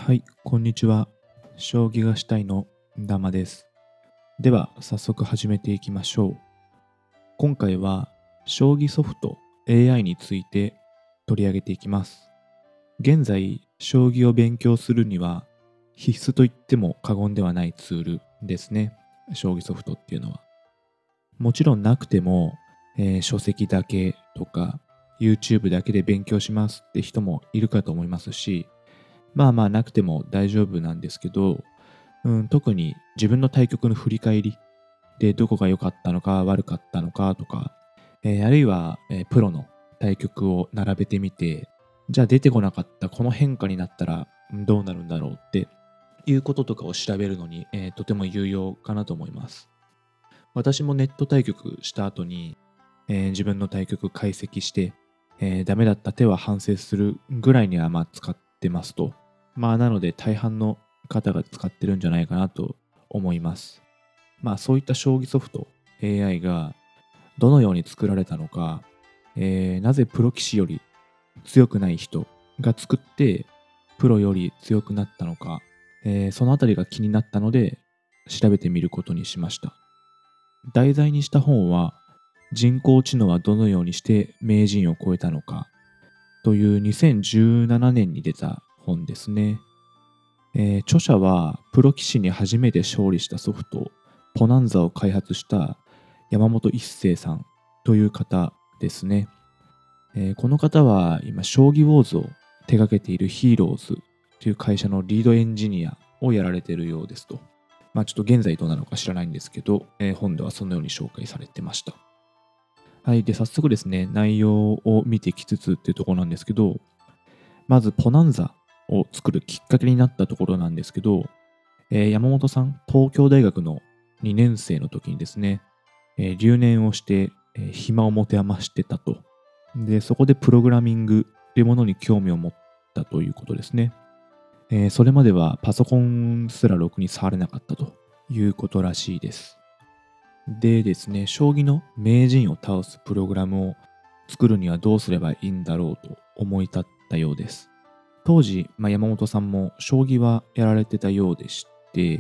はい、こんにちは。将棋がしたいのダマです。では、早速始めていきましょう。今回は、将棋ソフト AI について取り上げていきます。現在、将棋を勉強するには、必須と言っても過言ではないツールですね。将棋ソフトっていうのは。もちろんなくても、書籍だけとか、YouTube だけで勉強しますって人もいるかと思いますし、まあまあなくても大丈夫なんですけど、特に自分の対局の振り返りでどこが良かったのか悪かったのかとか、あるいは、プロの対局を並べてみて、じゃあ出てこなかったこの変化になったらどうなるんだろうっていうこととかを調べるのに、とても有用かなと思います。私もネット対局した後に、自分の対局解析して、ダメだった手は反省するぐらいには使ってますと。なので大半の方が使ってるんじゃないかなと思います。そういった将棋ソフト AI がどのように作られたのか、なぜプロ棋士より強くない人が作ってプロより強くなったのか、そのあたりが気になったので調べてみることにしました。題材にした本は、人工知能はどのようにして名人を超えたのかという2017年に出た本ですね。著者はプロ棋士に初めて勝利したソフトポナンザを開発した山本一成さんという方ですね。この方は今将棋ウォーズを手掛けているヒーローズという会社のリードエンジニアをやられているようですと。ちょっと現在どうなのか知らないんですけど、本ではそのように紹介されてました。はい。で、早速ですね、内容を見てきつつっていうところなんですけど、まずポナンザを作るきっかけになったところなんですけど、山本さん、東京大学の2年生の時にですね、留年をして、暇を持て余してたと。で、そこでプログラミングというものに興味を持ったということですね。それまではパソコンすらろくに触れなかったということらしいです。でですね、将棋の名人を倒すプログラムを作るにはどうすればいいんだろうと思い立ったようです。当時、山本さんも将棋はやられてたようでして、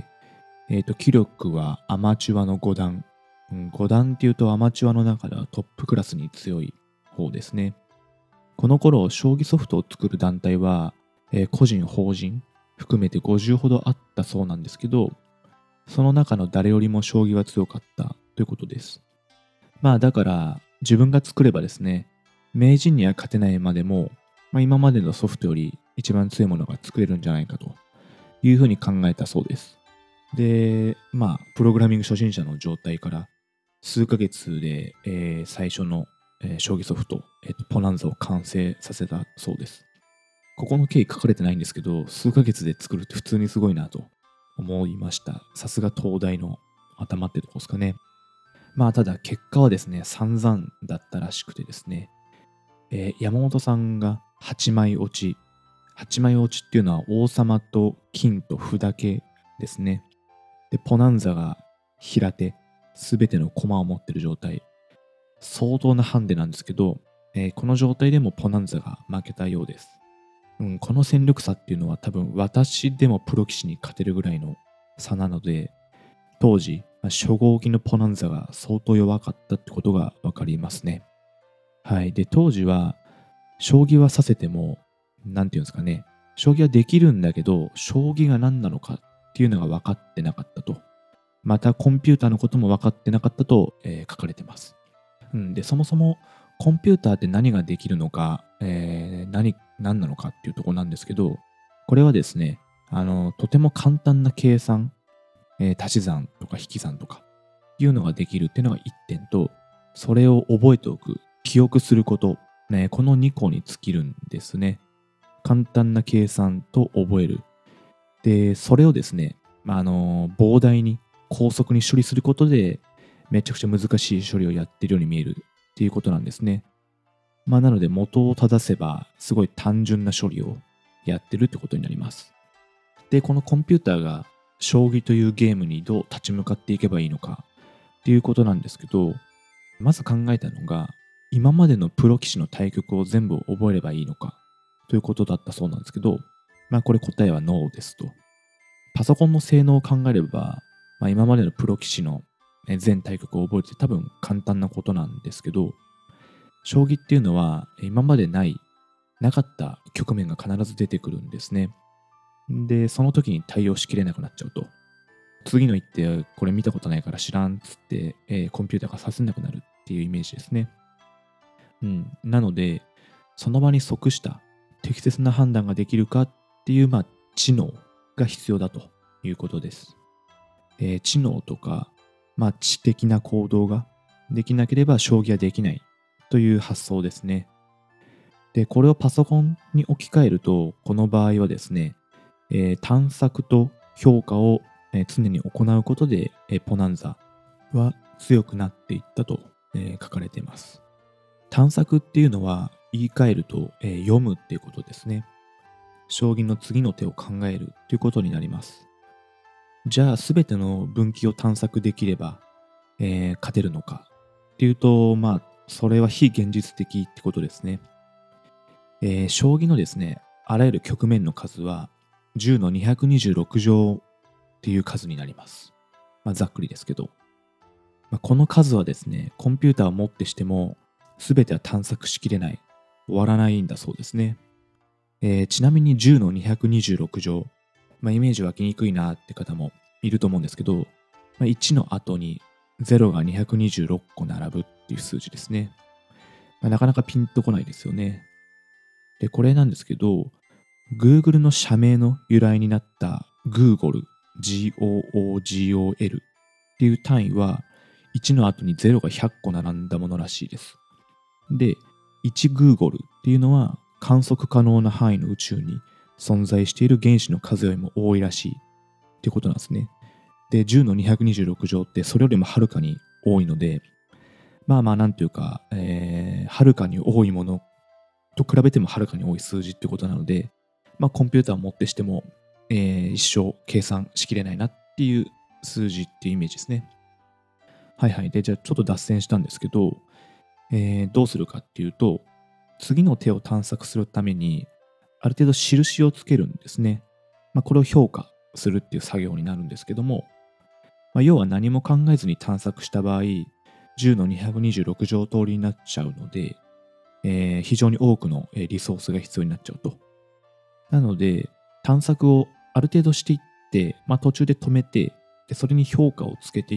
棋力はアマチュアの5段。5段っていうとアマチュアの中ではトップクラスに強い方ですね。この頃、将棋ソフトを作る団体は、個人、法人含めて50ほどあったそうなんですけど、その中の誰よりも将棋は強かったということです。だから自分が作ればですね、名人には勝てないまでも、今までのソフトより一番強いものが作れるんじゃないかというふうに考えたそうです。で、プログラミング初心者の状態から数ヶ月で、最初の、将棋ソフト、ポナンザを完成させたそうです。ここの経緯書かれてないんですけど、数ヶ月で作るって普通にすごいなと思いました。さすが東大の頭ってとこですかね。ただ結果はですね、散々だったらしくてですね、山本さんが8枚落ち。8枚落ちっていうのは王様と金と歩だけですね。で、ポナンザが平手、すべての駒を持ってる状態。相当なハンデなんですけど、この状態でもポナンザが負けたようです。この戦力差っていうのは多分私でもプロ棋士に勝てるぐらいの差なので、当時、初号機のポナンザが相当弱かったってことがわかりますね。はい。で、当時は、将棋は指せても、なんていうんですかね、将棋はできるんだけど、将棋が何なのかっていうのが分かってなかったと。また、コンピューターのことも分かってなかったと、書かれてます。で、そもそも、コンピューターって何ができるのか、何なのかっていうところなんですけど、これはですね、とても簡単な計算、足し算とか引き算とかいうのができるっていうのが1点と、それを覚えておく、記憶すること、この2個に尽きるんですね。簡単な計算と覚える。で、それをですね、膨大に高速に処理することで、めちゃくちゃ難しい処理をやっているように見えるっていうことなんですね。なので元を正せば、すごい単純な処理をやってるってことになります。で、このコンピューターが将棋というゲームにどう立ち向かっていけばいいのかっていうことなんですけど、まず考えたのが、今までのプロ棋士の対局を全部覚えればいいのかということだったそうなんですけど、 これ答えはノーですと。パソコンの性能を考えれば、今までのプロ棋士の全対局を覚えて多分簡単なことなんですけど、将棋っていうのは今までなかった局面が必ず出てくるんですね。で、その時に対応しきれなくなっちゃうと。次の一手これ見たことないから知らんっつって、コンピューターが指せなくなるっていうイメージですね。なので、その場に即した適切な判断ができるかっていう、知能が必要だということです。知能とか、知的な行動ができなければ将棋はできないという発想ですね。で、これをパソコンに置き換えると、この場合はですね、探索と評価を常に行うことで、ポナンザは強くなっていったと、書かれています。探索っていうのは言い換えると、読むっていうことですね。将棋の次の手を考えるということになります。じゃあ全ての分岐を探索できれば、勝てるのかっていうと、それは非現実的ってことですね。将棋のですね、あらゆる局面の数は10の226乗っていう数になります。ざっくりですけど。この数はですね、コンピューターをもってしても全ては探索しきれない、終わらないんだそうですね。ちなみに10の226乗、イメージ湧きにくいなって方もいると思うんですけど、1の後に0が226個並ぶっていう数字ですね。なかなかピンとこないですよね。で、これなんですけど、Google の社名の由来になった Google、Googol っていう単位は、1の後に0が100個並んだものらしいです。で、1Google っていうのは観測可能な範囲の宇宙に存在している原子の数よりも多いらしいっていうことなんですね。で、10の226乗ってそれよりもはるかに多いので、なんていうか、はるかに多いものと比べてもはるかに多い数字ってことなので、コンピューターをもってしても、一生計算しきれないなっていう数字っていうイメージですね。はいはい。で、じゃあちょっと脱線したんですけど、どうするかっていうと、次の手を探索するために、ある程度印をつけるんですね。これを評価するっていう作業になるんですけども、要は何も考えずに探索した場合、10の226乗通りになっちゃうので、非常に多くのリソースが必要になっちゃうと。なので、探索をある程度していって、途中で止めて、でそれに評価をつけていって、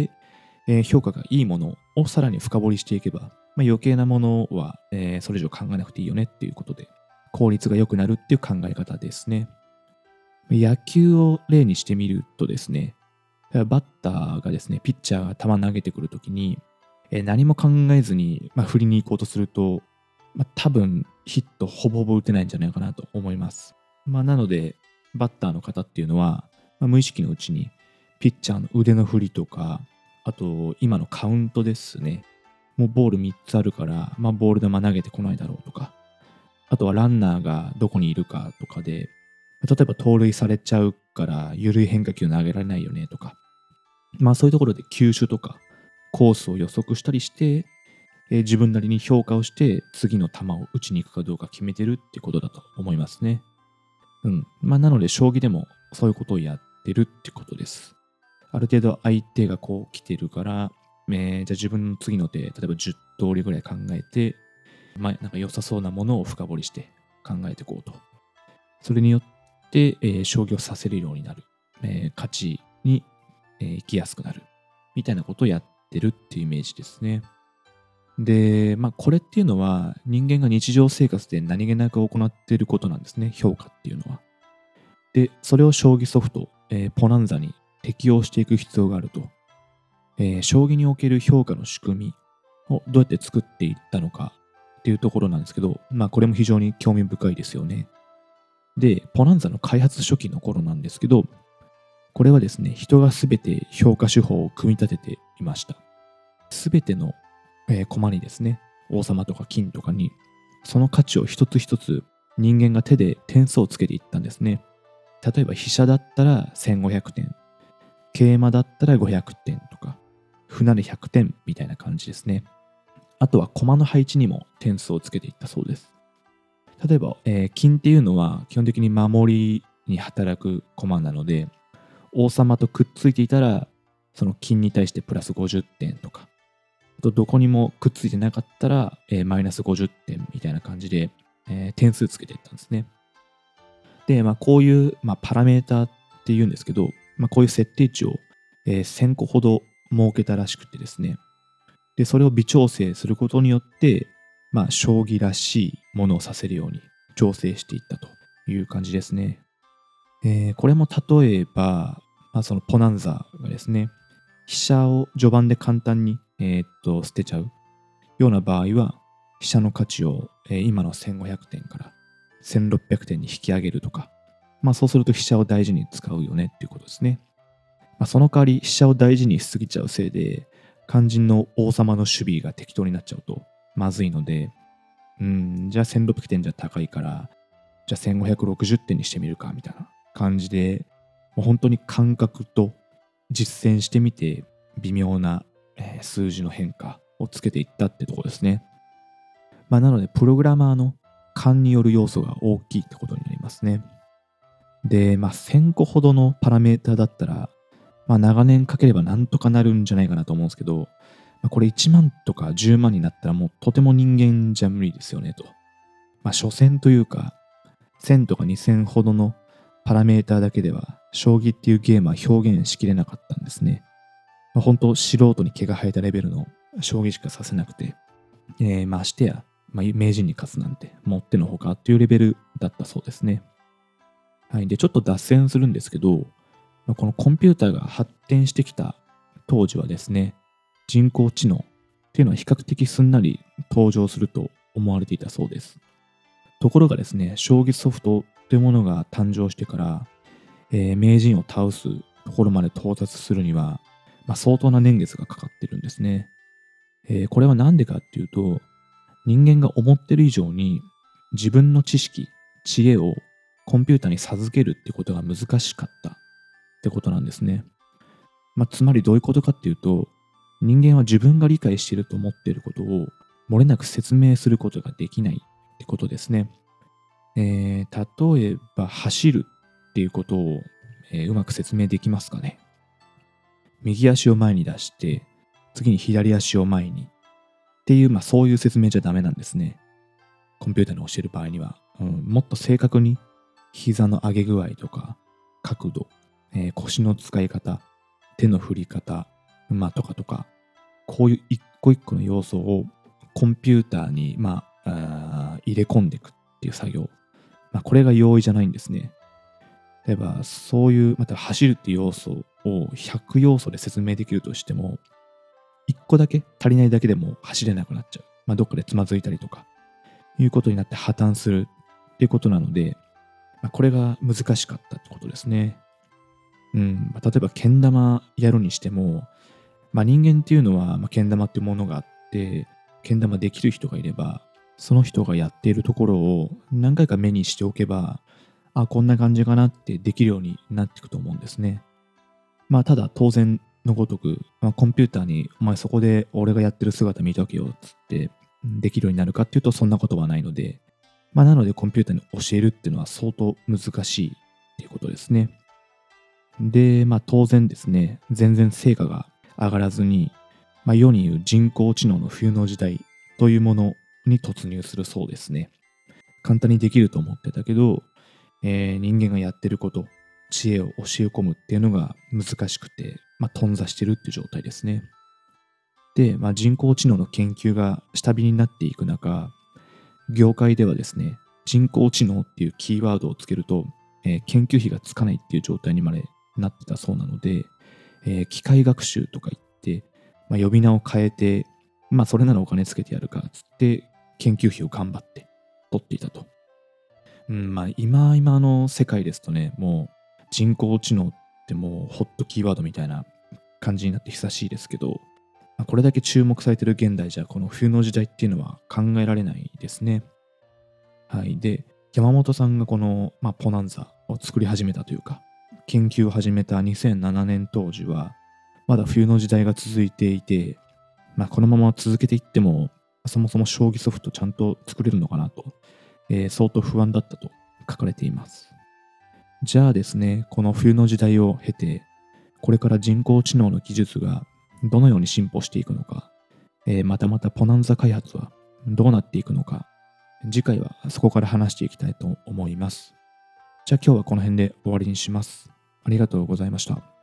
評価がいいものをさらに深掘りしていけば、余計なものは、それ以上考えなくていいよねっていうことで、効率が良くなるっていう考え方ですね。野球を例にしてみるとですね、バッターがですね、ピッチャーが球投げてくるときに、何も考えずに、振りに行こうとすると、多分ヒットほぼほぼ打てないんじゃないかなと思います。なので、バッターの方っていうのは、無意識のうちに、ピッチャーの腕の振りとか、あと、今のカウントですね。もうボール3つあるから、ボール球投げてこないだろうとか、あとはランナーがどこにいるかとかで、例えば盗塁されちゃうから、緩い変化球投げられないよねとか、そういうところで球種とかコースを予測したりして、自分なりに評価をして次の球を打ちに行くかどうか決めてるってことだと思いますね。なので将棋でもそういうことをやってるってことです。ある程度相手がこう来てるから、じゃあ自分の次の手、例えば10通りぐらい考えて、なんか良さそうなものを深掘りして考えていこうと。それによって、将棋を指せるようになる。勝ちに、行きやすくなる。みたいなことをやってるっていうイメージですね。で、これっていうのは人間が日常生活で何気なく行っていることなんですね。評価っていうのは。で、それを将棋ソフト、ポナンザに適用していく必要があると。将棋における評価の仕組みをどうやって作っていったのかっていうところなんですけど、これも非常に興味深いですよね。で、ポナンザの開発初期の頃なんですけど、これはですね、人がすべて評価手法を組み立てていました。すべての、駒にですね、王様とか金とかに、その価値を一つ一つ人間が手で点数をつけていったんですね。例えば飛車だったら1500点、桂馬だったら500点とか、船で100点みたいな感じですね。あとは駒の配置にも点数をつけていったそうです。 例えば、金っていうのは基本的に守りに働く駒なので、王様とくっついていたら、その金に対してプラス50点とか、あとどこにもくっついてなかったら、マイナス50点みたいな感じで、点数つけていったんですね。で、こういう、パラメーターっていうんですけど、こういう設定値を、1000個ほど設けたらしくてですね。で、それを微調整することによって、将棋らしいものをさせるように調整していったという感じですね。これも例えば、そのポナンザがですね、飛車を序盤で簡単に、捨てちゃうような場合は、飛車の価値を、今の1500点から1600点に引き上げるとか、そうすると飛車を大事に使うよねっていうことですね。その代わり飛車を大事にしすぎちゃうせいで、肝心の王様の守備が適当になっちゃうとまずいので、じゃあ1600点じゃ高いから、じゃあ1560点にしてみるかみたいな感じで、もう本当に感覚と実践してみて微妙な、数字の変化をつけていったってところですね。なので、プログラマーの勘による要素が大きいってことになりますね。で、1000個ほどのパラメータだったら、長年かければなんとかなるんじゃないかなと思うんですけど、これ1万とか10万になったらもうとても人間じゃ無理ですよねと。所詮というか、1000とか2000ほどのパラメータだけでは、将棋っていうゲームは表現しきれなかったんですね。本当素人に毛が生えたレベルの将棋しかさせなくて、ましてや、名人に勝つなんてもってのほかっていうレベルだったそうですね。はい。で、ちょっと脱線するんですけど、このコンピューターが発展してきた当時はですね、人工知能っていうのは比較的すんなり登場すると思われていたそうです。ところがですね、将棋ソフトというものが誕生してから、名人を倒すところまで到達するには、相当な年月がかかってるんですね。これは何でかっていうと、人間が思ってる以上に自分の知識、知恵をコンピューターに授けるってことが難しかったってことなんですね。つまりどういうことかっていうと、人間は自分が理解していると思っていることを漏れなく説明することができないってことですね。例えば走るっていうことを、うまく説明できますかね。右足を前に出して、次に左足を前にっていう、そういう説明じゃダメなんですね。コンピューターに教える場合には、もっと正確に膝の上げ具合とか角度、腰の使い方、手の振り方、とか、こういう一個一個の要素をコンピューターに、入れ込んでいくっていう作業。これが容易じゃないんですね。例えば、そういう、また走るっていう要素を100要素で説明できるとしても、1個だけ足りないだけでも走れなくなっちゃう。どっかでつまずいたりとか、いうことになって破綻するっていうことなので、これが難しかったってことですね。例えば、けん玉やるにしても、人間っていうのは、けん玉っていうものがあって、けん玉できる人がいれば、その人がやっているところを何回か目にしておけば、こんな感じかなってできるようになっていくと思うんですね。ただ当然のごとく、コンピューターにお前そこで俺がやってる姿見とけよっつってできるようになるかっていうとそんなことはないので、なのでコンピューターに教えるっていうのは相当難しいっていうことですね。で、当然ですね、全然成果が上がらずに、世に言う人工知能の冬の時代というものに突入するそうですね。簡単にできると思ってたけど、人間がやってること、知恵を教え込むっていうのが難しくて、頓挫してるっていう状態ですね。で、人工知能の研究が下火になっていく中、業界ではですね、人工知能っていうキーワードをつけると、研究費がつかないっていう状態にまでなってたそうなので、機械学習とか言って、呼び名を変えて、それならお金つけてやるかっつって研究費を頑張って取っていたと。今の世界ですとね、もう人工知能ってもうホットキーワードみたいな感じになって久しいですけど、これだけ注目されている現代じゃこの冬の時代っていうのは考えられないですね。はい。で、山本さんがこの、ポナンザを作り始めたというか、研究を始めた2007年当時は、まだ冬の時代が続いていて、このまま続けていっても、そもそも将棋ソフトちゃんと作れるのかなと相当不安だったと書かれています。じゃあですね、この冬の時代を経て、これから人工知能の技術がどのように進歩していくのか、またポナンザ開発はどうなっていくのか、次回はそこから話していきたいと思います。じゃあ今日はこの辺で終わりにします。ありがとうございました。